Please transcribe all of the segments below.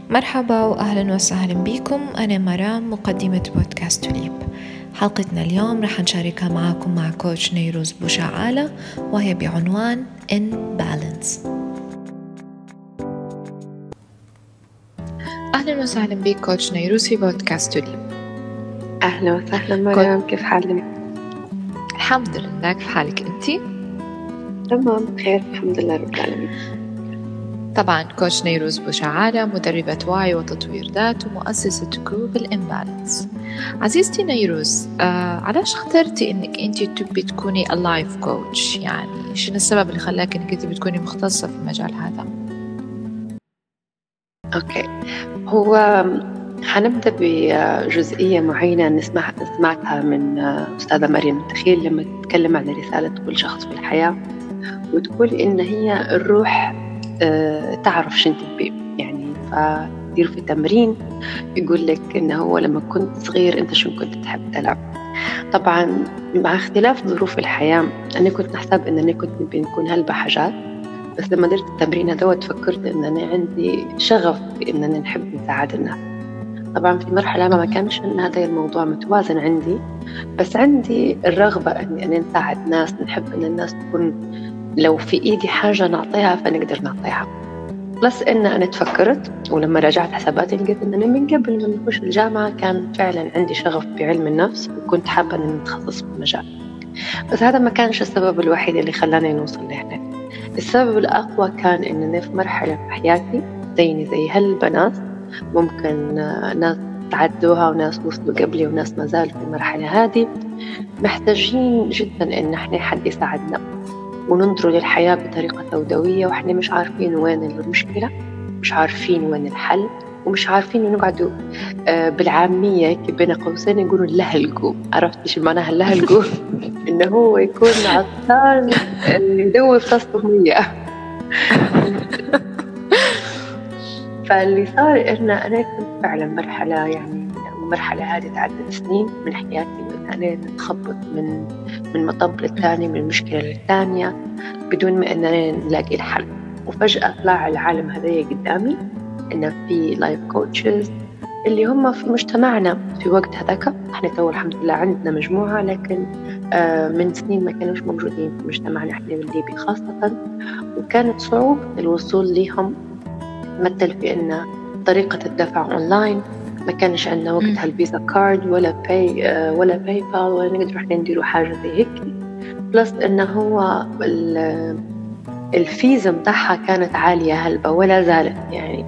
مرحبا وأهلا وسهلا بكم. أنا مرام، مقدمة بودكاست توليب. حلقتنا اليوم رح نشاركها معكم مع كوتش نيروز بوشعالة، وهي بعنوان In Balance. أهلا وسهلا بك كوتش نيروز في بودكاست توليب. أهلا وسهلا مرام، كيف حالك؟ الحمد لله، كيف حالك أنتي؟ تمام بخير الحمد لله رب العالمين. طبعا كوتش نيروز بوشعالة مدربة وعي وتطوير ذات ومؤسسة جروب الإمبالانس. عزيزتي نيروز، علاش اخترتي انك انت تبي تكوني اللايف كوتش؟ يعني شنو السبب اللي خلاك انك انت بتكوني مختصة في المجال هذا؟ أوكي، هو حنبدأ بجزئية معينة سمعتها من أستاذة مريم التخيل لما تتكلم عن رسالة كل شخص في الحياة، وتقول إن هي الروح تعرف شنو تبي. يعني فدير في تمرين يقول لك إنه هو لما كنت صغير أنت شو كنت تحب تلعب. طبعا مع اختلاف ظروف الحياة أنا كنت نحسب إن أنا كنت نبي نكون هلبة حاجات، بس لما درت التمرين هذا تفكرت إن أنا عندي شغف بإننا نحب نساعد الناس. طبعا في مرحلة ما كانش إن هذا الموضوع متوازن عندي، بس عندي الرغبة إني أنا نساعد ناس، نحب إن الناس تكون لو في إيدي حاجة نعطيها فنقدر نعطيها. بس إن أنا تفكرت ولما رجعت حساباتي لقيت إن أنا من قبل ما نخش الجامعة كان فعلا عندي شغف بعلم النفس وكنت حابة إني نتخصص في المجال، بس هذا ما كانش السبب الوحيد اللي خلاني نوصل لهنا. السبب الأقوى كان إن أنا في مرحلة في حياتي زي هالبنات، ممكن ناس تعدوها وناس وصلوا قبلي وناس ما زالوا في المرحلة هذه، محتاجين جدا إن احنا حد يساعدنا وننظر للحياة بطريقة سوداوية، وإحنا مش عارفين وين المشكلة، مش عارفين وين الحل، ومش عارفين نقعدوا بالعامية بين قوسين يقولوا لهلقوا. عرفت شو معناها لهلقوا؟ إنه هو يكون عطار يدور في طاسته مية. فاللي صار إن أنا كنت فعلا مرحلة، يعني المرحلة هذه تعدت سنين من حياتي، وإن أنا نتخبط من مطب للثاني، من مشكلة للثانية بدون ما أننا نلاقي الحل. وفجأة طلع العالم هذا قدامي إن في لايف كوتشز اللي هم في مجتمعنا في وقت هذاك. احنا تو الحمد لله عندنا مجموعة، لكن من سنين ما كانوش موجودين في مجتمعنا احنا بالليبي خاصة، وكانت صعوبة الوصول لهم مثل في إن طريقة الدفع أونلاين، ما كانش عندنا وقتها الفيزا كارد ولا باي بال ولا نقدر احنا نديروا حاجة زي هيك. بلس إنه هو الفيزا متاعها كانت عالية هلبة ولا زالت، يعني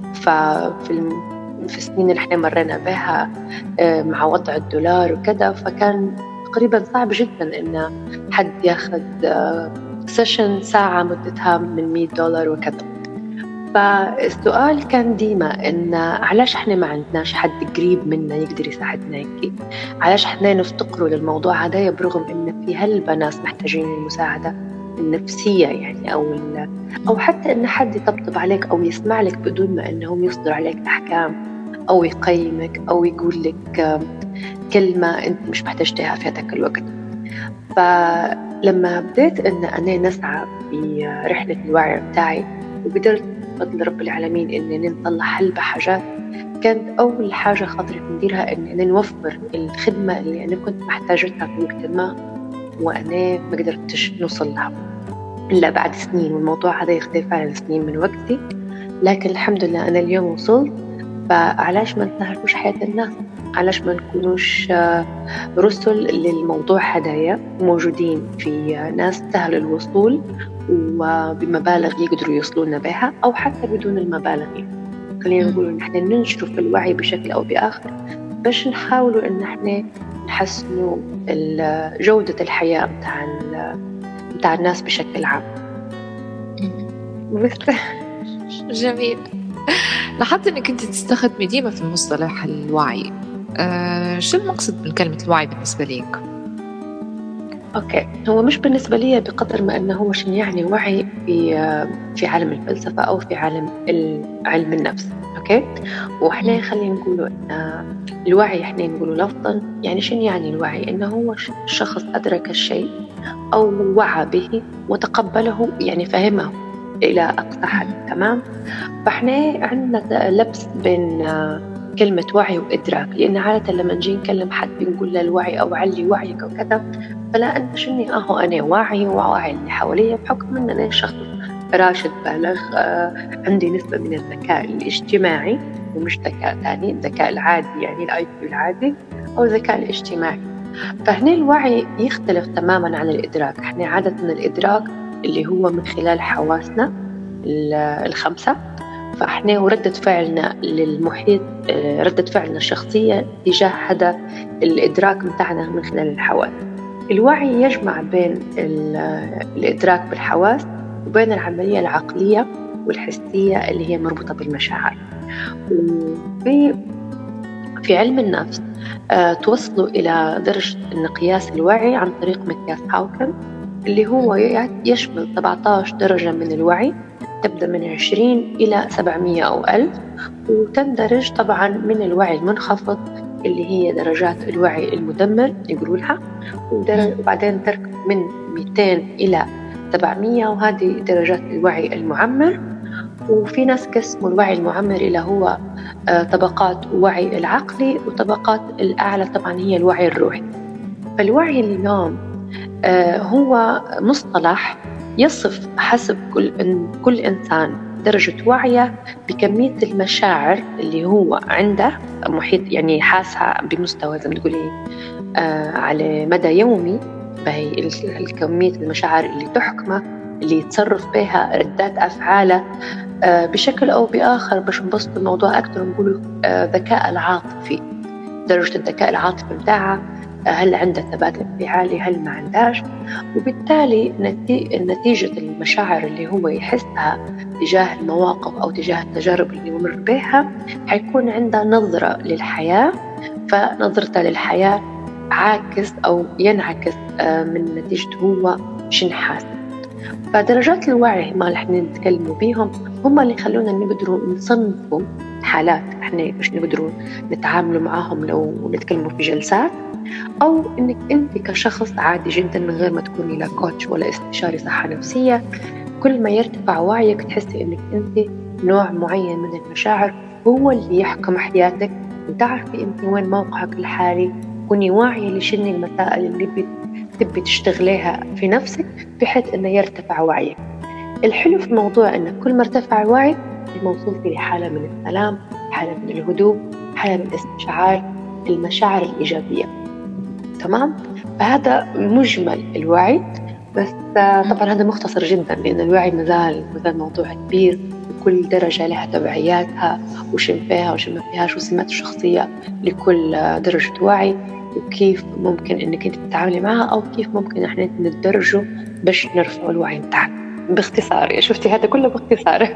في السنين اللي احنا مرينا بها مع وضع الدولار وكذا، فكان تقريبا صعب جدا إن حد ياخذ سيشن ساعة مدتها من $100 وكذا. فالسؤال كان ديما إن علاش احنا ما عندناش حد قريب منا يقدر يساعدنا هيك؟ علاش احنا نفتقروا للموضوع هذا برغم إن في هلبة ناس محتاجين المساعدة النفسية، يعني أو حتى إن حد يطبطب عليك أو يسمع لك بدون ما إنهم يصدر عليك أحكام أو يقيمك أو يقول لك كلمة أنت مش محتاجتها في هذاك الوقت. فلما بديت إن أنا نسعى في رحلة الوعي بتاعي وقدرت بفضل رب العالمين إننا نطلع حل بحاجات، كانت أول حاجة خاطري نديرها إننا نوفر الخدمة اللي أنا كنت محتاجتها في وقت ما وأنا ما قدرتش نوصل لها إلا بعد سنين، والموضوع هذا يختلف على سنين من وقتي، لكن الحمد لله أنا اليوم وصلت. فعلاش ما نسهلوش حياة الناس؟ علاش ما نكونوش رسل للموضوع هدايا موجودين في ناس سهل الوصول وبمبالغ يقدروا يوصلون بها أو حتى بدون المبالغ. خلينا نقول إن إحنا ننشر في الوعي بشكل أو بآخر باش نحاولوا إن إحنا نحسنوا جودة الحياة متاع الناس بشكل عام. جميل. لاحظت انك انت تستخدمي ديما في المصطلح الوعي. شو المقصد من كلمة الوعي بالنسبة ليك؟ اوكي، هو مش بالنسبة لي بقدر ما انه هو شنو يعني وعي في عالم الفلسفة او في عالم علم النفس. اوكي، واحنا خلينا نقولوا ان الوعي احنا نقولوا لفظا، يعني شنو يعني الوعي؟ انه هو الشخص ادرك الشيء او وعى به وتقبله، يعني فهمه إلى أقصى حد. تمام. فإحنا عندنا لبس بين كلمة وعي وإدراك، لأن عادة لما نجي نكلم حد بنقول له الوعي أو علي وعيك أو كذا، فلا أنت شني أنا واعي وواعي اللي حواليا بحكم أن أنا شخص راشد بالغ، عندي نسبة من الذكاء الاجتماعي ومش ذكاء ثاني، الذكاء العادي يعني الآي كيو العادي أو الذكاء الاجتماعي. فهنا الوعي يختلف تماما عن الإدراك. احنا عادة الإدراك اللي هو من خلال حواسنا الخمسة، فاحنا وردة فعلنا للمحيط، ردة فعلنا الشخصية تجاه هذا الإدراك متاعنا من خلال الحواس. الوعي يجمع بين الإدراك بالحواس وبين العملية العقلية والحسية اللي هي مربوطة بالمشاعر. في علم النفس توصلوا إلى درجة قياس الوعي عن طريق مقياس هاوكن، اللي هو يشمل 17 درجة من الوعي، تبدأ من 20 إلى 700 أو 1000، وتندرج طبعا من الوعي المنخفض اللي هي درجات الوعي المدمر يقولوا لها، وبعدين تركب من 200 إلى 700، وهذه درجات الوعي المعمر. وفي ناس قسموا الوعي المعمر إلى هو طبقات وعي العقلي، وطبقات الأعلى طبعا هي الوعي الروحي. فالوعي اليوم هو مصطلح يصف حسب كل إنسان درجة وعيه بكمية المشاعر اللي هو عنده محيط، يعني حاسها بمستوى زي ما تقولي على مدى يومي، بهي الكمية المشاعر اللي تحكمه، اللي يتصرف بها ردات أفعاله بشكل أو بآخر. باش نبسط الموضوع أكثر نقول ذكاء العاطفي، درجة الذكاء العاطفي متاعها، هل عنده ثبات انفعالي هل ما عندهاش. وبالتالي نتيجة المشاعر اللي هو يحسها تجاه المواقف أو تجاه التجارب اللي يمر بها حيكون عنده نظرة للحياة، فنظرته للحياة عاكس أو ينعكس من نتيجة هو شن حاسس. فدرجات الوعي ما رح نتكلموا بيهم هم اللي خلونا نقدروا نصنفوا حالات احنا باش نقدروا نتعاملوا معاهم لو نتكلموا في جلسات، أو إنك أنت كشخص عادي جدا من غير ما تكوني لا كوتش ولا استشاري صحة نفسية، كل ما يرتفع وعيك تحسي إنك أنت نوع معين من المشاعر هو اللي يحكم حياتك، وتعرفي أنت وين موقعك الحالي، كوني واعية لشن المسائل اللي تبي تشتغليها في نفسك بحيث إنه يرتفع وعيك. الحلو في الموضوع إنه كل ما ارتفع وعيك الموصول في حالة من السلام، حالة من الهدوء، حالة من استشعار المشاعر الإيجابية. تمام. فهذا مجمل الوعي، بس طبعا هذا مختصر جدا لأن الوعي مازال موضوع كبير، وكل درجة لها تبعياتها وشم فيها وشم فيهاش وسمات الشخصية لكل درجة وعي، وكيف ممكن إنك أنت تتعاملي معها أو كيف ممكن إحنا ندرجه باش نرفع الوعي متاعنا. باختصار شفتي هذا كله باختصار.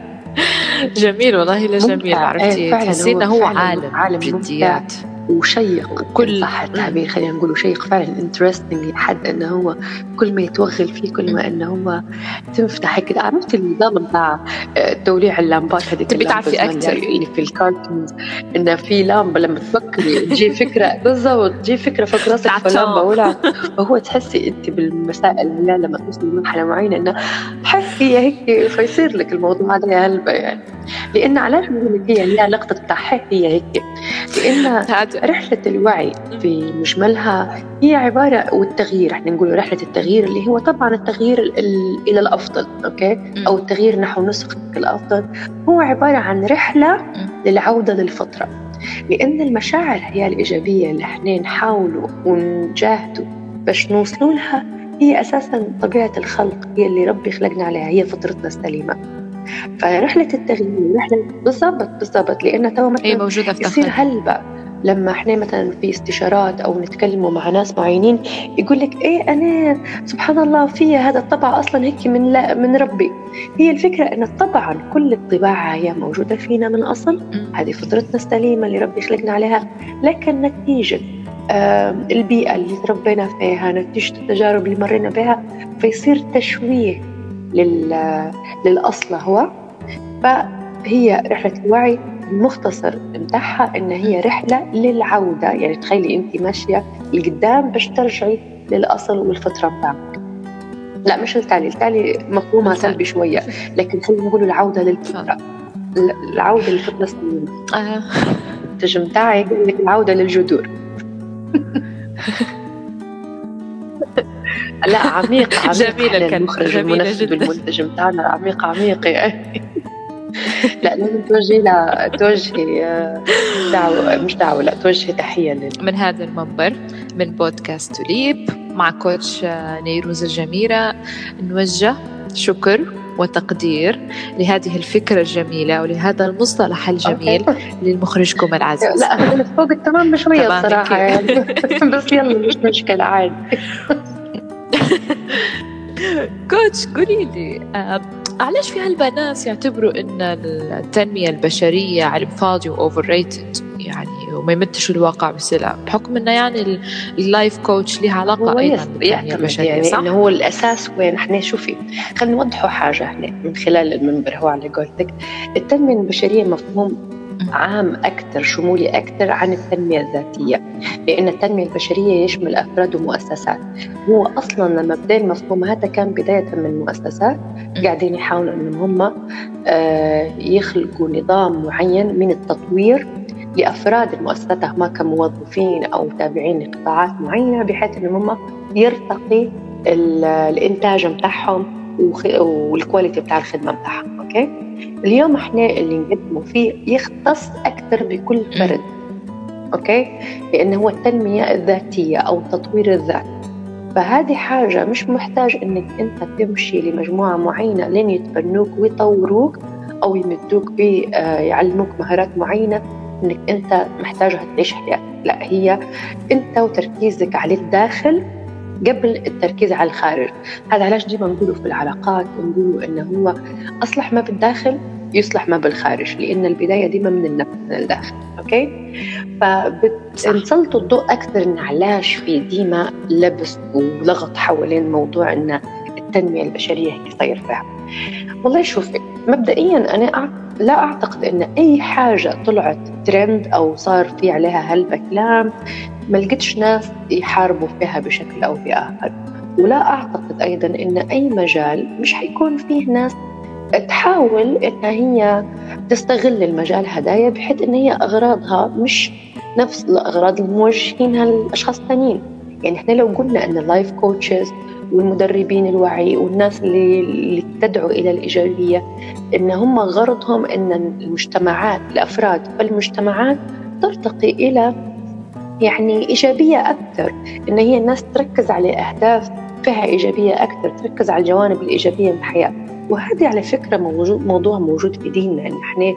جميل والله، لا جميل. عرفتي تحسين هو عالم جديات وشيق، كل صح التعبير خلينا نقول شيق فعلا interesting لحد انه هو كل ما يتوغل فيه كل ما انه هو تنفتح كده. عرفت النظام بتاع توليع اللامبات هذيك تبي تعرفي اكثر اللي في الكارتونز، انه في لامبه لما تفكري تجي فكره بالضبط، تجي فكره في راسك في لامبه ولا وهو تحسي انت بالمسائل اللي لما توصلي لمرحله معينه انه حسي هيك فيصير لك الموضوع هذا يا هلبة يعني. لان علاش نقول لك هي لها لقطه بتاعها هي هيك، لان رحلة الوعي في مجملها هي عبارة، والتغيير احنا نقول رحلة التغيير اللي هو طبعا التغيير إلى الأفضل، أوكي، أو التغيير نحو نسختك الأفضل، هو عبارة عن رحلة للعودة للفطرة. لأن المشاعر هي الإيجابية اللي احنا نحاولوا ونجاهدوا باش نوصلوا لها هي أساسا طبيعة الخلق، هي اللي ربي خلقنا عليها، هي فطرتنا السليمة. فرحلة التغيير رحلة بالضبط لأنها تو مثلا موجودة في يصير هلبة لما احنا مثلا في استشارات او نتكلموا مع ناس معينين يقول لك ايه انا سبحان الله في هذا الطبع اصلا هيك من ربي. هي الفكره ان طبعا كل الطباع هي موجوده فينا من اصل، هذه فطرتنا السليمه اللي ربي خلقنا عليها، لكن نتيجه البيئه اللي تربينا فيها، نتيجه التجارب اللي مرينا بها، فيصير تشويه للاصل هو. فهي رحله الوعي المختصر متاعها إن هي رحلة للعودة، يعني تخيلي أنت ماشية لقدام باش ترجعي للأصل والفطرة متاعك. لا مش التالي مفهومها سلبي شوية، لكن خلينا نقول العودة للفطرة، العودة للفطرة السليمة. المنتج متاعي يقول لك العودة للجذور. لا عميق جميلة المخرج المنفذ والمنتج متاعنا عميق يعني. لا لازم توجهي دعوة، مش دعوة، لا توجهي تحية من هذا المنبر من بودكاست توليب مع كوتش نيروز الجميلة. نوجه شكر وتقدير لهذه الفكرة الجميلة ولهذا المصطلح الجميل للمخرجكم العزيز. لا أنا فوق التمام بشوية الصراحة يعني. بس يلا مش مشكلة عادي. كوتش قولي لي علاش في هالبناس يعتبروا ان التنمية البشرية علم فاضي وأوفر ريتد يعني وما يمتش الواقع بسلام، بحكم انه يعني اللايف كوتش لها علاقة ايضا بالتنمية البشرية يعني صح؟ انه هو الاساس وين احنا شوفي خلينا نوضحوا حاجة احنا من خلال المنبر. هو على قولتك التنمية البشرية مفهوم عام أكثر، شمولي أكثر عن التنمية الذاتية، لأن التنمية البشرية يشمل أفراد ومؤسسات. هو أصلاً لما بدأ المفهوم هذا كان بداية من مؤسسات قاعدين يحاولوا أنهم هم يخلقوا نظام معين من التطوير لأفراد المؤسسات هم كموظفين أو تابعين لقطاعات معينة، بحيث أنهم هم يرتقي الإنتاج متاعهم والكواليتي بتاع الخدمة متاعهم. أوكي، اليوم احنا اللي نقدمه فيه يختص أكثر بكل فرد. أوكي، لأنه هو التنمية الذاتية أو تطوير الذات. فهذه حاجة مش محتاج أنك أنت تمشي لمجموعة معينة لين يتبنوك ويطوروك أو يمدوك يعلموك مهارات معينة أنك أنت محتاجها تعيش حياتك. لا، هي أنت وتركيزك على الداخل قبل التركيز على الخارج. هذا علاش ديما نقوله في العلاقات، نقوله إنه هو أصلح ما بالداخل يصلح ما بالخارج، لأن البداية ديما من النفس من الداخل. أوكي، فبنسلط الضوء أكثر إن علاش في ديما لبس ولغط حوالين موضوع إن التنمية البشرية هي صير فيها. والله شوفي مبدئيا أنا لا أعتقد إن أي حاجة طلعت ترند أو صار في عليها هلبة كلام ما لقيتش ناس يحاربوا فيها بشكل أو بآخر. ولا أعتقد أيضا إن أي مجال مش حيكون فيه ناس تحاول إن هي تستغل المجال هدايا بحيث إن هي أغراضها مش نفس الأغراض الموجهينها للأشخاص الثانيين. يعني إحنا لو قلنا أن اللايف كوتشز والمدربين الوعي والناس اللي تدعو إلى الإيجابية إن هم غرضهم إن المجتمعات الأفراد والمجتمعات ترتقي إلى يعني إيجابية أكثر، إن هي الناس تركز على أهداف فيها إيجابية أكثر، تركز على الجوانب الإيجابية من الحياة. وهذه على فكرة موضوع موجود في ديننا، إن إحنا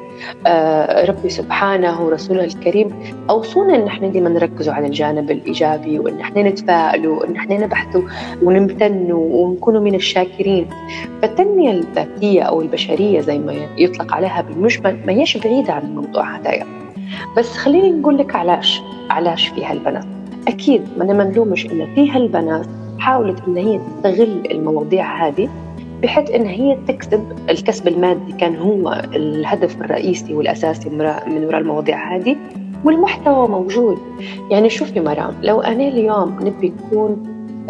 ربي سبحانه ورسوله الكريم أوصونا إن إحنا ديما نركزوا على الجانب الإيجابي، وإن إحنا نتفائلوا، وإن إحنا نبحثوا ونمتنوا ونكونوا من الشاكرين. فالتنمية الذاتية أو البشرية زي ما يطلق عليها بالمجمل ما هيش بعيدة عن الموضوع هذا. بس خليني نقول لك علاش في هالبنات. أكيد ما نلومش إن في هالبنات حاولت إن هي تستغل المواضيع هذه بحيث إن هي تكسب الكسب المادي، كان هو الهدف الرئيسي والأساسي من وراء المواضيع هذه، والمحتوى موجود. يعني شوفي مرام، لو أنا اليوم نبي نكون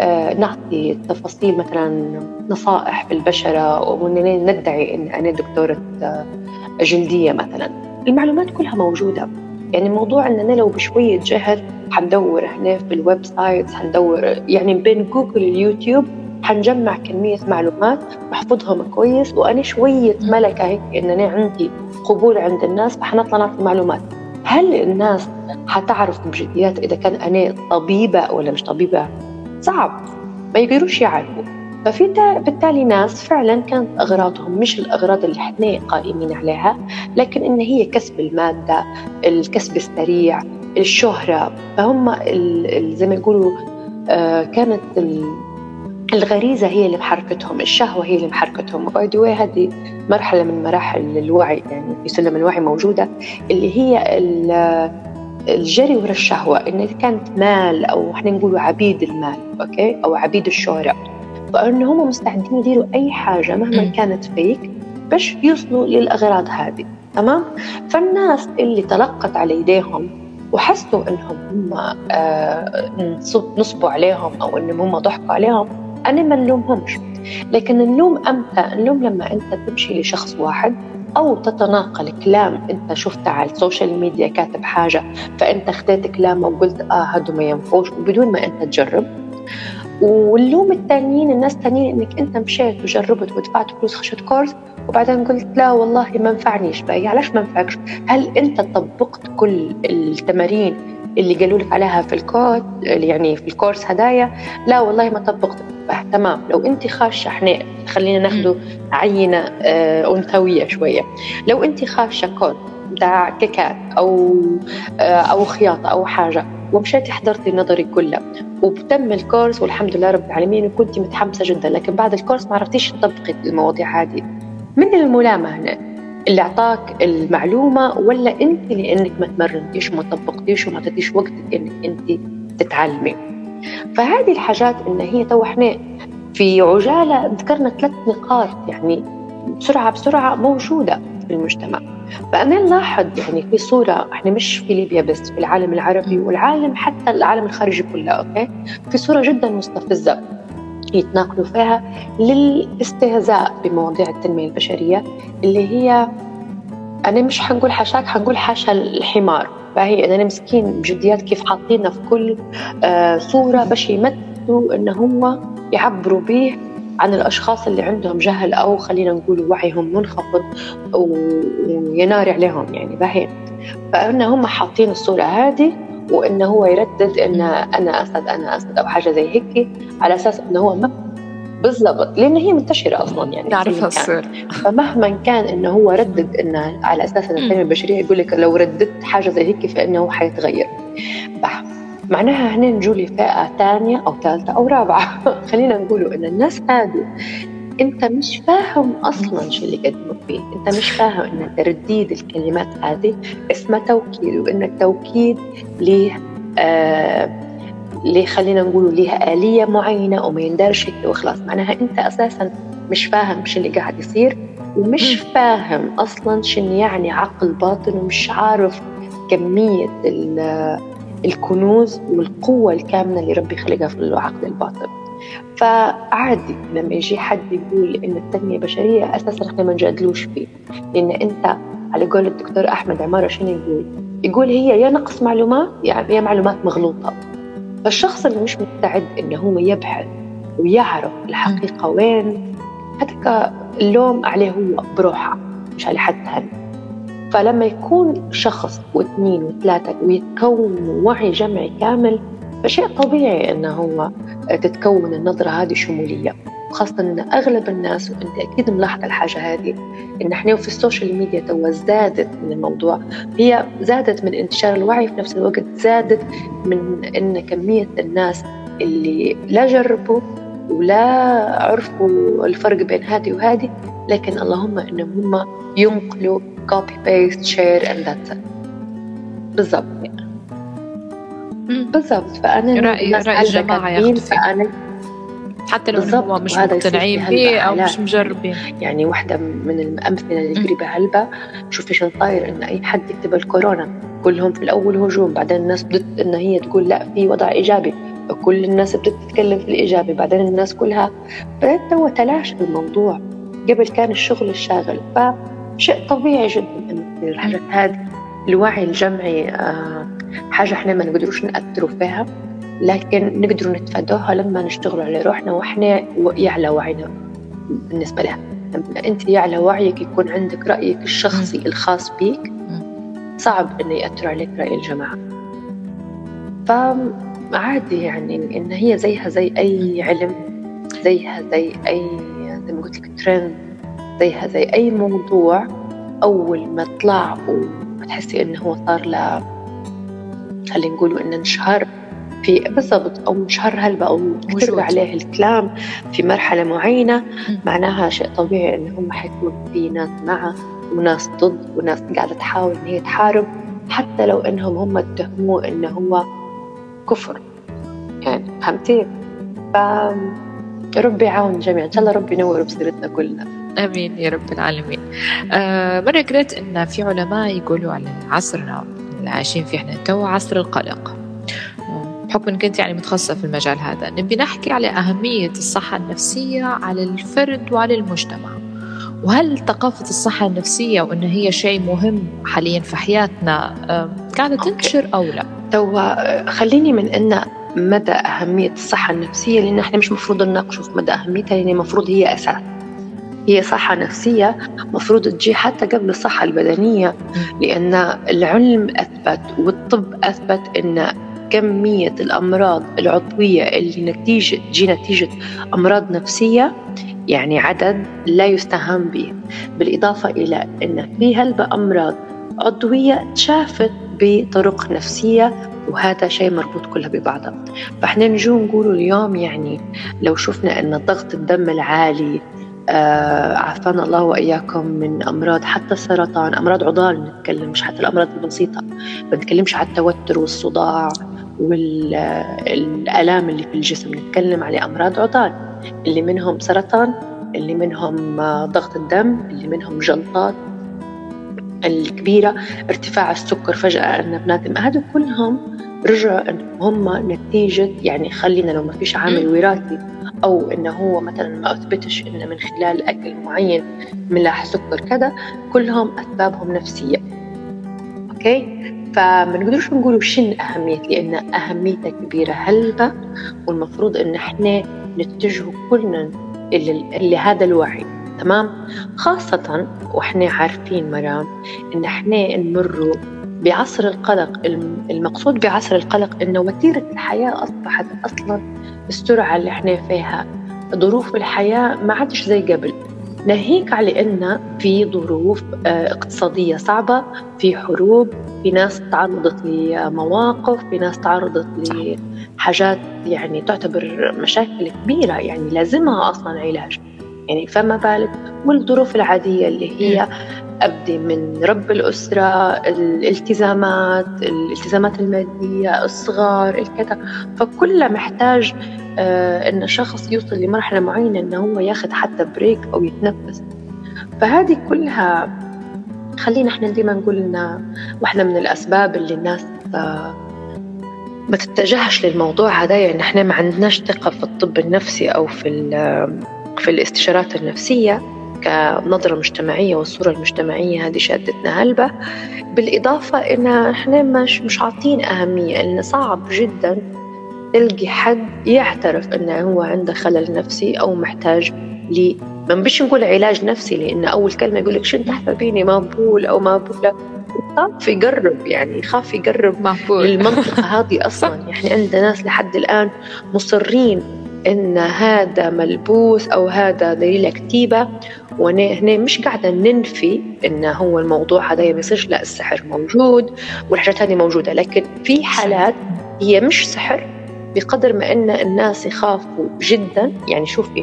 نعطي تفاصيل مثلا نصائح في البشرة وإننا ندعي إن أنا دكتورة جلدية مثلا، المعلومات كلها موجودة. يعني الموضوع أننا لو بشوية جهد حندور هنا في الويب سايت، حندور يعني بين جوجل واليوتيوب حنجمع كمية معلومات بحفظهم كويس، وأنا شوية ملكة هيك إنني عندي قبول عند الناس، فحنطلع نعطي معلومات. هل الناس حتعرف بجديات إذا كان أنا طبيبة ولا مش طبيبة؟ صعب، ما يقدروش يعرفوا. بالتالي ناس فعلا كانت أغراضهم مش الأغراض اللي احنا قائمين عليها، لكن إن هي كسب المادة، الكسب السريع، الشهرة. فهم زي ما يقولوا كانت الغريزة هي اللي محركتهم، الشهوة هي اللي محركتهم. هذه مرحلة من مراحل الوعي، يعني في سلم الوعي موجودة، اللي هي الجري ورا الشهوة، إن كانت مال أو احنا نقولوا عبيد المال، أوكي، أو عبيد الشهرة. فإنه هم مستعدين يديروا أي حاجة مهما كانت فيك باش يوصلوا للأغراض هذه. تمام؟ فالناس اللي تلقت على يديهم وحسوا إنهم هم نصبوا عليهم أو إنهم هم ضحكوا عليهم، أنا ما نلومهمش. لكن اللوم أمتى؟ اللوم لما أنت تمشي لشخص واحد أو تتناقل كلام أنت شفته على السوشيال ميديا كاتب حاجة فأنت اخذت كلامه وقلت هادو ما ينفعوش بدون ما أنت تجرب. واللوم التانيين الناس التانيين إنك أنت مشيت وجربت ودفعت فلوس خشت كورس وبعدين قلت لا والله ما نفعنيش. بقى علاش ما نفعكش؟ هل أنت طبقت كل التمارين اللي قالوا لك عليها في الكورس يعني في الكورس هدايا؟ لا والله ما طبقت. تمام، لو أنت خاشة احنا خلينا ناخده عينة أنثوية شوية. لو أنت خاشة كورس بتاع كيكات أو خياطة أو حاجة ومشيتي حضرتي النظري كله وبتم الكورس والحمد لله رب العالمين وكنتي متحمسة جدا، لكن بعد الكورس ما عرفتيش تطبقي المواضيع هذه، من الملامة هنا؟ اللي أعطاك المعلومة ولا أنت لأنك ما تمرنتيش وما طبقتيش وما تديش وقتك إنك أنت تتعلمي؟ فهذه الحاجات إن هي توحنا في عجالة ذكرنا 3 نقاط يعني بسرعة موجودة في المجتمع. فأنا نلاحظ يعني في صورة إحنا مش في ليبيا بس، في العالم العربي والعالم حتى العالم الخارجي كله، أوكي، في صورة جدا مستفزة يتناقلوا فيها للاستهزاء بمواضيع التنمية البشرية اللي هي أنا مش حنقول حاشاك، حنقول حاشا الحمار. فهي أنا مسكين بجديات كيف حاطيننا في كل صورة باش يمثلوا إن هم يعبروا به عن الأشخاص اللي عندهم جهل أو خلينا نقول وعيهم منخفض وينار عليهم يعني باهي. فإن هم حاطين الصورة هذه وإنه هو يردد إن أنا أسد أو حاجة زي هيك على أساس إنه هو ما بالضبط، لأن هي منتشرة أصلاً يعني نعرفها الصورة. فمهما كان إنه هو ردد إنه على أساس إن التنمية البشرية يقول لك لو رددت حاجة زي هيك فإنه حيتغير. معناها هنا نجولي فئة تانية أو ثالثة أو رابعة خلينا نقولوا إن الناس هذه أنت مش فاهم أصلاً شو اللي قدموا فيه، أنت مش فاهم إن ترديد الكلمات هذه اسمه توكيد، وإن التوكيد ليه ليه خلينا نقولوا ليها آلية معينة وما يندرش هيك وخلاص. معناها أنت أساساً مش فاهم شو اللي قاعد يصير ومش فاهم أصلاً شو يعني عقل باطن ومش عارف كمية الكنوز والقوة الكامنة اللي ربي خلقها في العقل الباطن. فعادي لما يجي حد يقول إن التنمية بشرية أساساً إحنا ما نجادلوش فيه، لأن أنت على قول الدكتور أحمد عمارة شنو يقول هي يا نقص معلومات يعني يا معلومات مغلوطة. فالشخص اللي مش مستعد إنه هو يبحث ويعرف الحقيقة وين، هذاك اللوم عليه هو بروحه مش على حد ثاني. فلما يكون شخص واثنين وثلاثة ويتكون وعي جمعي كامل فشيء طبيعي إنه هو تتكون النظرة هذه شمولية، خاصة إن أغلب الناس وأنت أكيد ملاحظة الحاجة هذه إن إحنا في السوشيال ميديا توا زادت من الموضوع، هي زادت من انتشار الوعي في نفس الوقت زادت من إن كمية الناس اللي لا جربوا ولا عرفوا الفرق بين هذه وهذه، لكن اللهم إنهم هم ينقلوا copy paste share and that's it. بالضبط بالضبط. فأنا رأي الجماعة يختفي حتى لو هم مش مقتنعين به أو مش مجربين. يعني واحدة من الأمثلة اللي قريبة هلبة، شوفي شن طاير إن أي حد يكتب الكورونا كلهم في الأول هجوم، بعدين الناس بدت إن هي تقول لا في وضع إيجابي، وكل الناس بدت تتكلم في الإيجابي، بعدين الناس كلها بدأت هو تلاشى الموضوع. قبل كان الشغل الشاغل، فشيء طبيعي جدا إن تصير الحاجات هذه. الوعي الجمعي حاجة إحنا ما نقدروش نأثروا فيها، لكن نقدروا نتفادوها لما نشتغل على روحنا وإحنا يعلى وعينا بالنسبة لها. لما أنت يعلى وعيك يكون عندك رأيك الشخصي الخاص بيك، صعب إنه يأثر عليك رأي الجماعة. فعادي يعني إن هي زيها زي أي علم، زيها زي أي زي ما قلت لك ترند، زيها زي أي موضوع أول ما طلع وتحسي إنه هو صار له خلينا نقولوا إنه انشهر في بالضبط أو انشهر هلبة أو كتب عليه الكلام في مرحلة معينة، معناها شيء طبيعي إن هم حيكون في ناس معه وناس ضد وناس قاعدة تحاول إن هي تحارب، حتى لو إنهم هم اتهموه إنه هو كفر يعني، فهمتي؟ ربي يعاون جميعا، إن شاء الله ربي ينور بصيرتنا كلنا. آمين يا رب العالمين. مرة قرأت إن في علماء يقولوا على عصرنا اللي عايشين فيه إحنا تو عصر القلق، بحكم أنك أنت يعني متخصصة في المجال هذا، نبي نحكي على أهمية الصحة النفسية على الفرد وعلى المجتمع. وهل ثقافة الصحة النفسية وأن هي شيء مهم حاليا في حياتنا قاعدة تنتشر أو لا؟ خليني من أن مدى أهمية الصحة النفسية، لأن احنا مش مفروض نناقش في مدى أهميتها، لأن مفروض هي أساس. هي صحة نفسية مفروض تجي حتى قبل الصحة البدنية، لأن العلم أثبت والطب أثبت أن كمية الأمراض العضوية اللي تجي نتيجة أمراض نفسية يعني عدد لا يستهان به، بالإضافة إلى أن في هلبة أمراض عضوية تشافت بطرق نفسية، وهذا شيء مربوط كلها ببعضها. فإحنا نجو نقولوا اليوم يعني لو شفنا أن ضغط الدم العالي، عافانا الله وإياكم من أمراض حتى السرطان، أمراض عضال نتكلم، مش حتى الأمراض البسيطة، ما نتكلمش على التوتر والصداع والآلام اللي في الجسم، نتكلم على أمراض عضال اللي منهم سرطان، اللي منهم ضغط الدم، اللي منهم جلطات الكبيرة، ارتفاع السكر فجأة أن بنادم، هذا كلهم رجعوا أن هم نتيجة يعني خلينا لو ما فيش عامل وراثي أو إنه هو مثلا ما أثبتش إنه من خلال أكل معين ملاح سكر كذا، كلهم أسبابهم نفسية. أوكي، فما نقدرش نقولوا شن أهمية، لأن أهميتها كبيرة هلبة، والمفروض إن إحنا نتجه كلنا اللي هذا الوعي. تمام، خاصة وإحنا عارفين مرام إن إحنا نمر بعصر القلق. المقصود بعصر القلق إنه وتيرة الحياة أصبحت أصلا السرعة اللي إحنا فيها، ظروف الحياة ما عادش زي قبل، ناهيك على إن في ظروف اقتصادية صعبة، في حروب، في ناس تعرضت لمواقف، في ناس تعرضت لحاجات يعني تعتبر مشاكل كبيرة يعني لازمها أصلا علاج، يعني فما بالك والظروف العادية اللي هي أبدي من رب الأسرة، الالتزامات المادية، الصغار، الكذا، فكله محتاج إن الشخص يوصل لمرحلة معينة إنه هو ياخد حتى بريك أو يتنفس. فهذه كلها خلينا إحنا ديما نقول إن واحدة من الأسباب اللي الناس ما تتجهش للموضوع هذا، يعني إحنا ما عندناش ثقة في الطب النفسي أو في الاستشارات النفسية كنظرة مجتمعية، والصورة المجتمعية هذه شادتنا هلبة، بالإضافة إن إحنا مش عاطين أهمية، إن صعب جدا تلقي حد يعترف إنه هو عنده خلل نفسي أو محتاج ما بيش نقول علاج نفسي، لأن أول كلمة يقولك شو انت حبيبيني مقبول أو مقبولة، يخاف يقرب، يعني يخاف يقرب للمنطقة هذه أصلا. يعني عندنا ناس لحد الآن مصرين إن هذا ملبوس أو هذا دليل كتيبة، وهنا مش قاعدة ننفي إن هو الموضوع هذا يصيرش، لا السحر موجود والحاجات هذه موجودة، لكن في حالات هي مش سحر بقدر ما إن الناس يخافوا جدا. يعني شوفي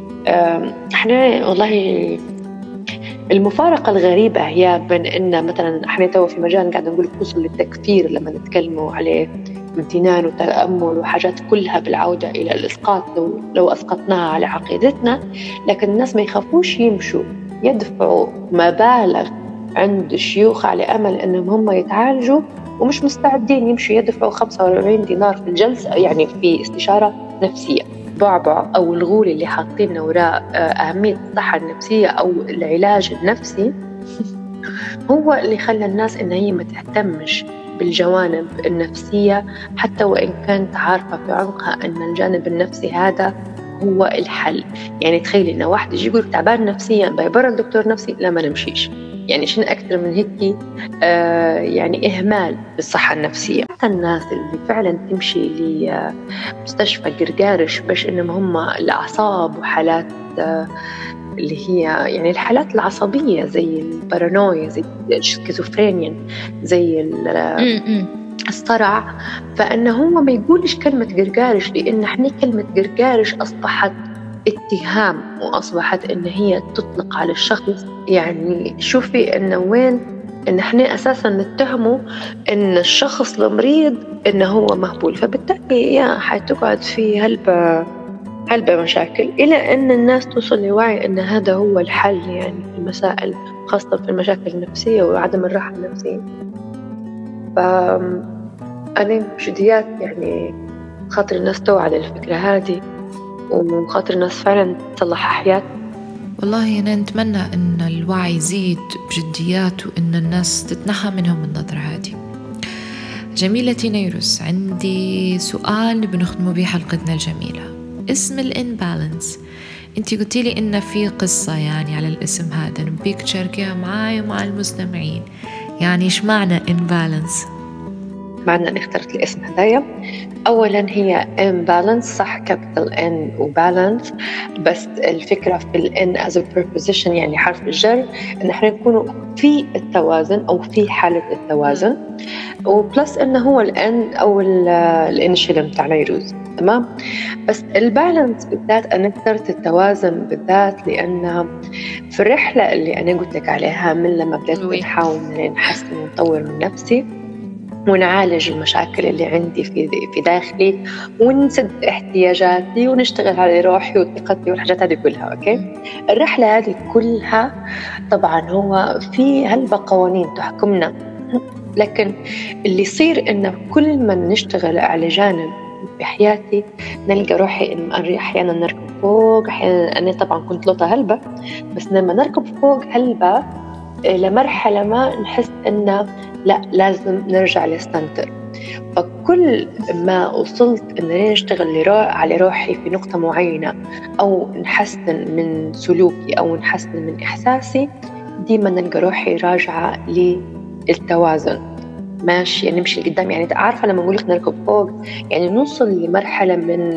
احنا والله المفارقة الغريبة هي بين إن مثلا احنا تو في مجال قاعدة نقول خصوصا للتكفير لما نتكلموا عليه امتنان وتأمل وحاجات كلها بالعودة إلى الإسقاط لو أسقطناها على عقيدتنا، لكن الناس ما يخافوش يمشوا يدفعوا مبالغ عند الشيوخ على أمل أنهم هم يتعالجوا، ومش مستعدين يمشوا يدفعوا 45 دينار في الجلسة، يعني في استشارة نفسية. بعبع أو الغول اللي حاطين وراء أهمية الصحة النفسية أو العلاج النفسي هو اللي خلى الناس إن هي ما تهتمش بالجوانب النفسية، حتى وإن كانت عارفة في عمقها أن الجانب النفسي هذا هو الحل. يعني تخيل إن واحد يجي يقول تعبان نفسيا بيبرر الدكتور نفسي، لا ما نمشيش، يعني شنو أكثر من هيك يعني إهمال بالصحة النفسية. حتى الناس اللي فعلا تمشي لمستشفى قرقارش باش إنهم هم الأعصاب وحالات اللي هي يعني الحالات العصبية زي البارانويا، زي الشيزوفرينيا، زي الصرع، فأنه هو ما يقولش كلمة قرقارش، لأن احنا كلمة قرقارش أصبحت اتهام، وأصبحت إن هي تطلق على الشخص. يعني شوفي إنه وين إن احنا أساسا نتهمه إن الشخص المريض إنه هو مهبول، فبالتالي يا حتقعد في هلبة مشاكل إلى أن الناس توصل لوعي أن هذا هو الحل، يعني في المسائل خاصة في المشاكل النفسية وعدم الراحة النفسية. فأنا جديات يعني خاطر الناس توعى للفكرة هذه وخاطر الناس فعلا تصلح حياتها. والله أنا نتمنى أن الوعي يزيد بجديات وأن الناس تتنحى منهم النظرة هذه. جميلتي نيروس، عندي سؤال نبي نختم به حلقتنا الجميلة. اسم الإنبالانس، انتي قلتي لي إن في قصة يعني على الاسم هذا، نبيك تشاركيها معاي ومع المستمعين. يعني إيش معنى إنبالانس؟ معنى أن اخترت الاسم هدايا، أولا هي imbalance، صح، capital N وبالانس، بس الفكرة في ال N as a preposition يعني حرف الجر، إن احنا نكونوا في التوازن أو في حالة التوازن، وبلس إنه هو ال N أو الانيشيال متاع نيروز، تمام. بس البالانس بالذات أنا اخترت التوازن بالذات لأن في الرحلة اللي أنا قلت لك عليها من لما بدأت نحاول نحسن ونطور من نفسي ونعالج المشاكل اللي عندي في داخلي ونسد احتياجاتي ونشتغل على روحي وثقتي والحاجات هذه كلها، أوكي. الرحلة هذه كلها طبعا هو في هلبة قوانين تحكمنا، لكن اللي يصير إن كل ما نشتغل على جانب في حياتي نلقى روحي إن أحيانا نركب فوق، أحيانا أنا طبعا كنت لوطة هلبة، بس لما نركب فوق هلبة لمرحلة ما نحس إنه لا لازم نرجع للسنتر. فكل ما وصلت إنني نشتغل على روحي في نقطة معينة أو نحسن من سلوكي أو نحسن من إحساسي، ديما نلقى روحي راجعة للتوازن، ماشي يعني نمشي لقدام. يعني عارفة لما نقولك نركب فوق يعني نوصل لمرحلة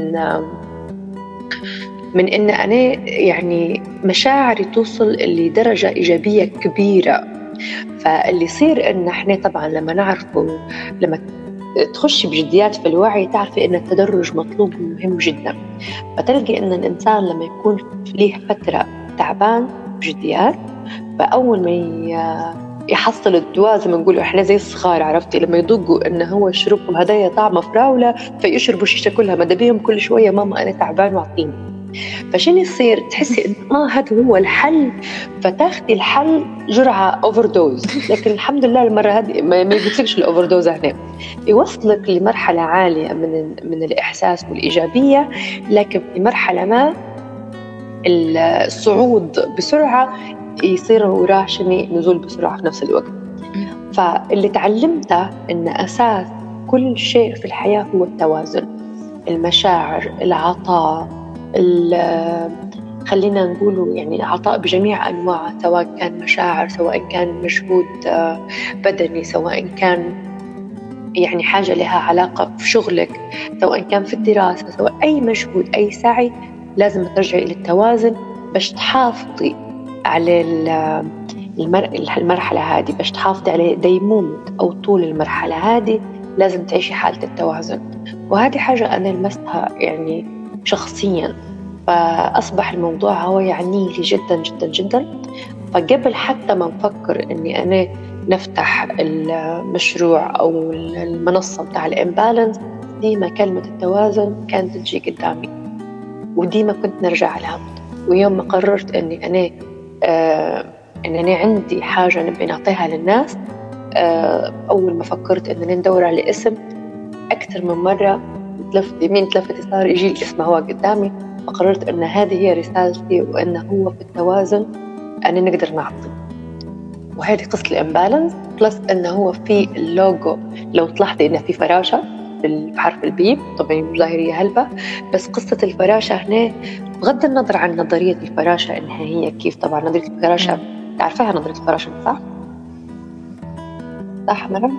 من إن أنا يعني مشاعري توصل لدرجة إيجابية كبيرة. فاللي يصير إن إحنا طبعاً لما نعرفه، لما تخش بجديات في الوعي تعرفي إن التدرج مطلوب ومهم جداً. فتلقي إن الإنسان لما يكون ليه فترة تعبان بجديات، فأول ما يحصل الدواء زي ما نقولوا إحنا زي الصغار، عرفتي لما يضقوا إنه هو يشربوا هدايا طعمة فراولة فيشربوا الشيشة كلها ماذا بيهم كل شوية ماما أنا تعبان واعطيني. فشين يصير تحسي إن هذا هو الحل، فتاخدي الحل جرعة أوفر دوز. لكن الحمد لله المرة هذه ما يقولكش الأوفر دوز هنا، يوصلك لمرحلة عالية من الإحساس والإيجابية، لكن في مرحلة ما الصعود بسرعة يصير وراه نزول بسرعة في نفس الوقت. فاللي تعلمته إن أساس كل شيء في الحياة هو التوازن، المشاعر، العطاء، خلينا نقوله يعني عطاء بجميع أنواعه، سواء كان مشاعر، سواء كان مجهود بدني، سواء كان يعني حاجة لها علاقة في شغلك، سواء كان في الدراسة، سواء أي مجهود أي سعي لازم ترجعي إلى التوازن باش تحافظي على المرحلة هذه، باش تحافظي على ديمومة أو طول المرحلة هذه لازم تعيشي حالة التوازن. وهذه حاجة أنا لمستها يعني شخصياً، فأصبح الموضوع هو يعني لي جداً جداً جداً. فقبل حتى ما نفكر إني أنا نفتح المشروع أو المنصة بتاع الإمبالانس، ديما كلمة التوازن كانت تجي قدامي وديما كنت نرجع لها. ويوم ما قررت إني أنا عندي حاجة نبي نعطيها للناس، أول ما فكرت إننا ندور على اسم أكثر من مرة تلفت يمين تلفت يسار يجي الاسم هو قدامي، فقررت أن هذه هي رسالتي وأنه هو في التوازن أنا نقدر نعطي. وهذه قصة الإمبالانس، بلس أنه هو في اللوجو لو تلاحظي أنه في فراشة في حرف البي، طبعا ظاهرية هلبة، بس قصة الفراشة هنا بغض النظر عن نظرية الفراشة إنها هي كيف. طبعا نظرية الفراشة تعرفها، نظرية الفراشة صح؟ صح مرام؟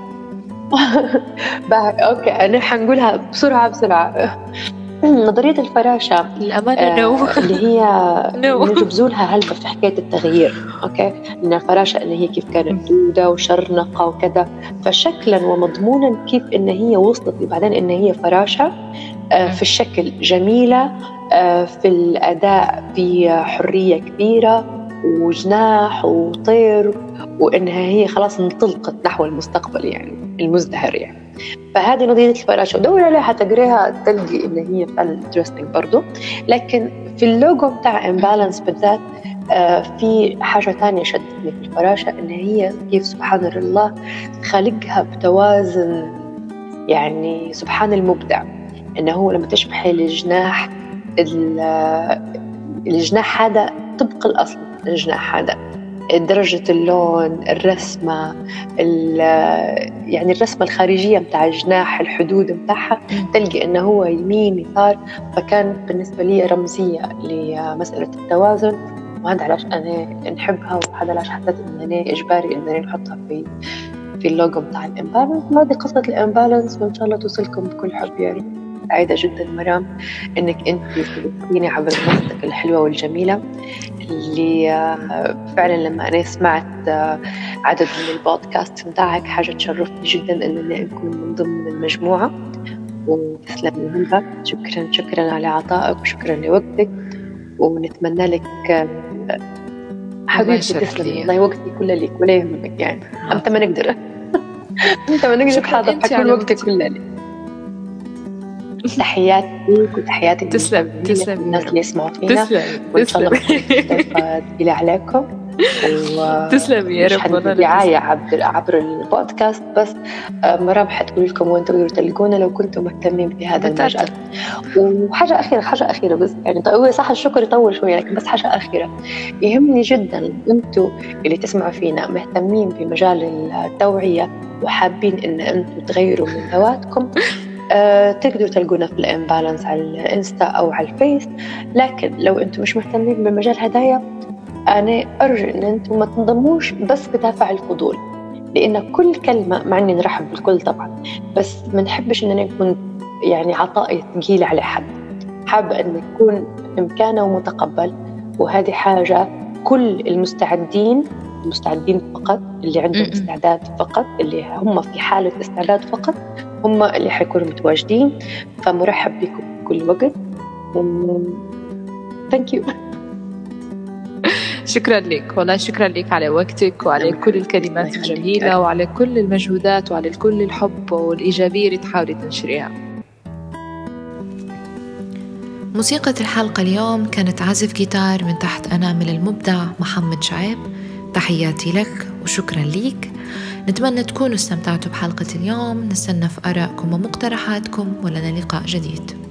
أوكي أنا حنقولها بسرعة. نظرية الفراشة الأمانة اللي هي نجبزوا لها هلبة في حكاية التغيير، أوكي، لأن الفراشة إن هي كيف كانت دودة وشرنقة وكذا، فشكلا ومضمونا كيف إن هي وصلت بعدين إن هي فراشة في الشكل جميلة، في الأداء في حرية كبيرة وجناح وطير، وإنها هي خلاص انطلقت نحو المستقبل يعني المزدهر يعني. فهذه نظرية الفراشة، ودور عليها حتقريها تلقي إن هي فعلا interesting برضو. لكن في اللوجو بتاع إمبالانس بالذات في حاجة تانية شدتني في الفراشة، إن هي كيف سبحان الله خالقها بتوازن، يعني سبحان المبدع، إنه هو لما تشبحي الجناح هذا طبق الأصل، الجناح هذا درجة اللون، الرسمة، يعني الرسمة الخارجية متاع الجناح، الحدود متاعها، تلقي إنه هو يمين يسار. فكان بالنسبة لي رمزية لمسألة التوازن، وهذا علاش أنا نحبها، وهذا علاش حسيت إن أنا إجباري إنني نحطها في اللوجو متاع الإمبالانس. هذه قصة الإمبالانس، وإن شاء الله توصلكم بكل حب يا ريت. سعيدة جدا مرام إنك أنت تشاركيني عبر قصتك الحلوة والجميلة، اللي فعلا لما أنا سمعت عدد من البودكاست متاعك حاجة تشرفني جدا إنني أكون من ضمن المجموعة. وتسلم لي، شكرا على عطائك، وشكرا لوقتك، ونتمنى لك حبيبتي تسلمي والله، وقتي كله لك ولا يهمك، يعني أنت ما نقدر أنت ما نقدر حاضر حكون وقتك كله لك. تحياتي ليك وتحياتي تسلم الناس اللي يسمعوا فينا، وإن شاء الله تقيل عليكم. تسلم يا رب. والله دعاية عبر البودكاست، بس مرام حتقول لكم وين تقدروا تلقونا لو كنتم مهتمين بهذا المجال. وحاجة أخيرة بس، يعني هو صح الشكر يطول شوية، لكن بس حاجة أخيرة يهمني جدا، أنتوا اللي تسمعوا فينا مهتمين بمجال التوعية وحابين إن أنتوا تغيروا من ذواتكم، تقدروا تلقونا في الإمبالانس على الإنستا أو على الفيس. لكن لو أنتم مش مهتمين بمجال هدايا، أنا أرجو أن أنتم ما تنضموش بس بدافع الفضول، لأن كل كلمة، مع أني نرحب بالكل طبعا، بس ما نحبش أن يكون يعني عطائي ثقيل على حد، حابة أن يكون إمكانه ومتقبل. وهذه حاجة كل المستعدين فقط، اللي عندهم استعداد فقط، اللي هم في حالة استعداد فقط، هم اللي حيكونوا متواجدين. فمرحب بكم كل وقت. Thank you. شكرا لك والله، شكرا لك على وقتك وعلى كل الكلمات الجميلة وعلى كل المجهودات وعلى كل الحب والإيجابية اللي تحاولي تنشريها. موسيقى الحلقة اليوم كانت عزف جيتار من تحت أنامل المبدع محمد شعيب. تحياتي لك وشكرا ليك. نتمنى تكونوا استمتعتوا بحلقة اليوم. نستنى في آرائكم ومقترحاتكم، ولنا لقاء جديد.